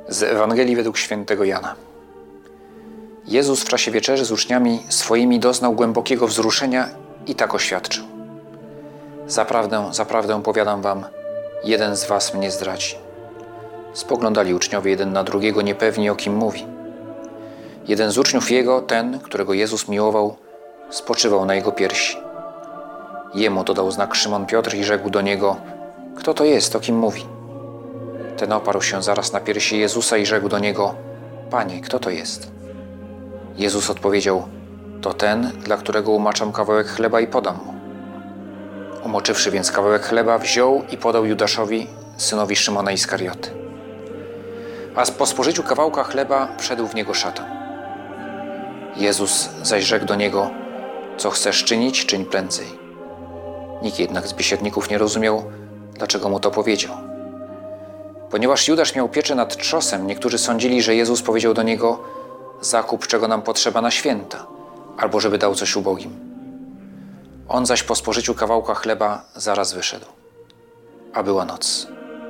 Z Ewangelii według świętego Jana. Jezus w czasie wieczerzy z uczniami swoimi doznał głębokiego wzruszenia i tak oświadczył: Zaprawdę, zaprawdę powiadam wam, jeden z was mnie zdradzi. Spoglądali uczniowie jeden na drugiego, niepewni, o kim mówi. Jeden z uczniów jego, ten, którego Jezus miłował, spoczywał na jego piersi. Jemu to dał znak Szymon Piotr i rzekł do niego: Kto to jest, o kim mówi? Ten oparł się zaraz na piersi Jezusa i rzekł do niego: Panie, kto to jest? Jezus odpowiedział: To ten, dla którego umaczam kawałek chleba i podam mu. Umoczywszy więc kawałek chleba, wziął i podał Judaszowi, synowi Szymona Iskarioty. A po spożyciu kawałka chleba wszedł w niego szatan. Jezus zaś rzekł do niego: Co chcesz czynić, czyń prędzej. Nikt jednak z biesiadników nie rozumiał, dlaczego mu to powiedział. Ponieważ Judasz miał pieczę nad trzosem, niektórzy sądzili, że Jezus powiedział do niego: Zakup, czego nam potrzeba na święta, albo żeby dał coś ubogim. On zaś po spożyciu kawałka chleba zaraz wyszedł, a była noc.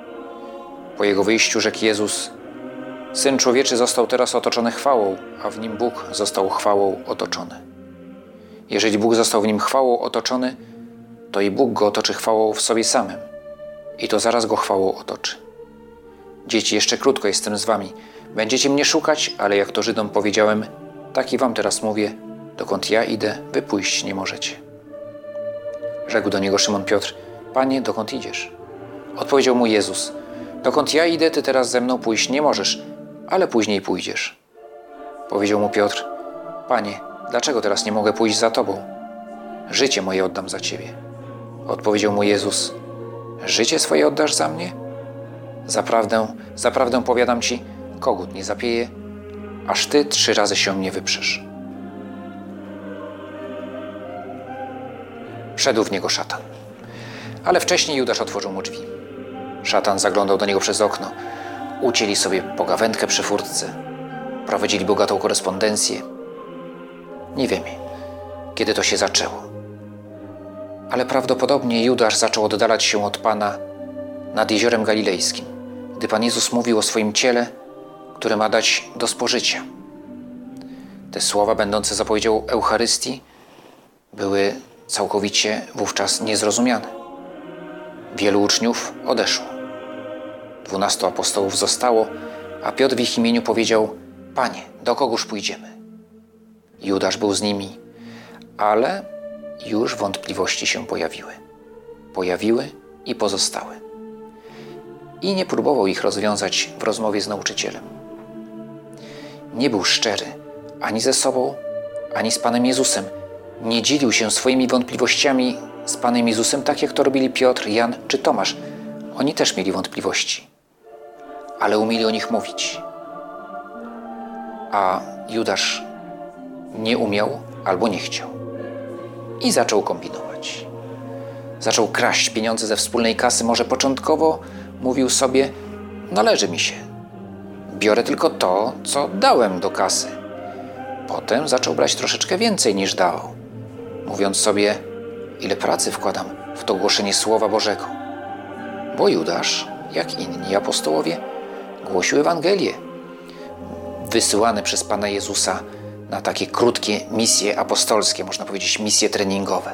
Po jego wyjściu rzekł Jezus: Syn Człowieczy został teraz otoczony chwałą, a w nim Bóg został chwałą otoczony. Jeżeli Bóg został w nim chwałą otoczony, to i Bóg go otoczy chwałą w sobie samym, i to zaraz go chwałą otoczy. Dzieci, jeszcze krótko jestem z wami. Będziecie mnie szukać, ale jak to Żydom powiedziałem, tak i wam teraz mówię, dokąd ja idę, wy pójść nie możecie. Rzekł do niego Szymon Piotr: Panie, dokąd idziesz? Odpowiedział mu Jezus: Dokąd ja idę, ty teraz ze mną pójść nie możesz, ale później pójdziesz. Powiedział mu Piotr: Panie, dlaczego teraz nie mogę pójść za tobą? Życie moje oddam za ciebie. Odpowiedział mu Jezus: Życie swoje oddasz za mnie? Zaprawdę, zaprawdę powiadam ci, kogut nie zapieje, aż ty 3 razy się mnie wyprzesz. Wszedł w niego szatan. Ale wcześniej Judasz otworzył mu drzwi. Szatan zaglądał do niego przez okno. Ucięli sobie pogawędkę przy furtce. Prowadzili bogatą korespondencję. Nie wiemy, kiedy to się zaczęło. Ale prawdopodobnie Judasz zaczął oddalać się od Pana nad Jeziorem Galilejskim, gdy Pan Jezus mówił o swoim ciele, które ma dać do spożycia. Te słowa, będące zapowiedzią Eucharystii, były całkowicie wówczas niezrozumiane. Wielu uczniów odeszło. 12 apostołów zostało, a Piotr w ich imieniu powiedział: Panie, do kogóż pójdziemy? Judasz był z nimi, ale już wątpliwości się pojawiły. Pojawiły i pozostały. I nie próbował ich rozwiązać w rozmowie z nauczycielem. Nie był szczery ani ze sobą, ani z Panem Jezusem. Nie dzielił się swoimi wątpliwościami z Panem Jezusem, tak jak to robili Piotr, Jan czy Tomasz. Oni też mieli wątpliwości, ale umieli o nich mówić. A Judasz nie umiał albo nie chciał. I zaczął kombinować. Zaczął kraść pieniądze ze wspólnej kasy. Może początkowo mówił sobie: należy mi się. Biorę tylko to, co dałem do kasy. Potem zaczął brać troszeczkę więcej niż dawał, mówiąc sobie: ile pracy wkładam w to głoszenie Słowa Bożego. Bo Judasz, jak inni apostołowie, głosił Ewangelię, wysyłany przez Pana Jezusa na takie krótkie misje apostolskie, można powiedzieć misje treningowe.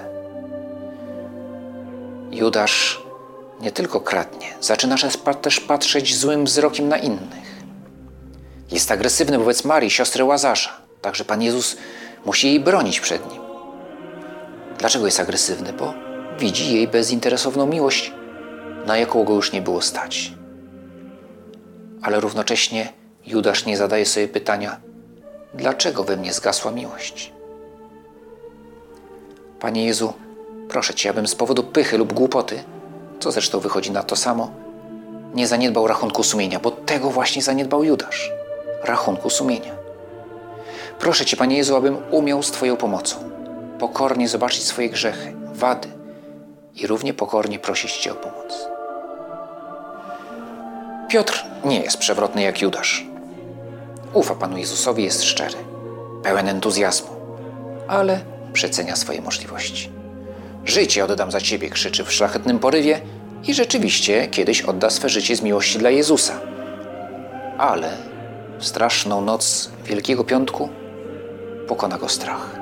Judasz nie tylko kradnie, zaczyna też patrzeć złym wzrokiem na innych. Jest agresywny wobec Marii, siostry Łazarza. Także Pan Jezus musi jej bronić przed nim. Dlaczego jest agresywny? Bo widzi jej bezinteresowną miłość, na jaką go już nie było stać. Ale równocześnie Judasz nie zadaje sobie pytania: dlaczego we mnie zgasła miłość? Panie Jezu, proszę Cię, abym z powodu pychy lub głupoty, co zresztą wychodzi na to samo, nie zaniedbał rachunku sumienia, bo tego właśnie zaniedbał Judasz. Rachunku sumienia. Proszę Cię, Panie Jezu, abym umiał z Twoją pomocą pokornie zobaczyć swoje grzechy, wady i równie pokornie prosić Cię o pomoc. Piotr nie jest przewrotny jak Judasz. Ufa Panu Jezusowi, jest szczery, pełen entuzjazmu, ale przecenia swoje możliwości. Życie oddam za Ciebie, krzyczy w szlachetnym porywie i rzeczywiście kiedyś odda swe życie z miłości dla Jezusa. ale w straszną noc Wielkiego Piątku pokona go strach.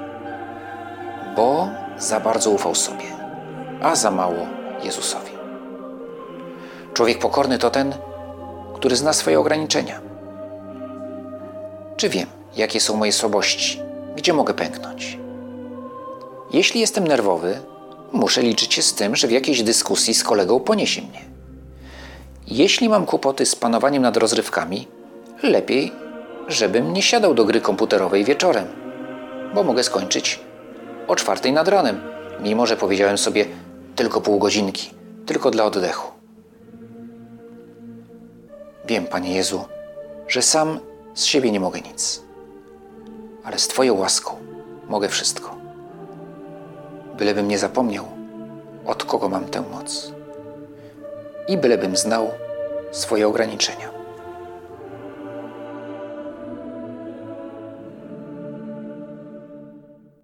Bo za bardzo ufał sobie, a za mało Jezusowi. Człowiek pokorny to ten, który zna swoje ograniczenia. Czy wiem, jakie są moje słabości, gdzie mogę pęknąć? Jeśli jestem nerwowy, muszę liczyć się z tym, że w jakiejś dyskusji z kolegą poniesie mnie. Jeśli mam kłopoty z panowaniem nad rozrywkami, lepiej, żebym nie siadał do gry komputerowej wieczorem, bo mogę skończyć o 4 nad ranem, mimo że powiedziałem sobie tylko pół godzinki, tylko dla oddechu. Wiem, Panie Jezu, że sam z siebie nie mogę nic, ale z Twoją łaską mogę wszystko. Bylebym nie zapomniał, od kogo mam tę moc i bylebym znał swoje ograniczenia.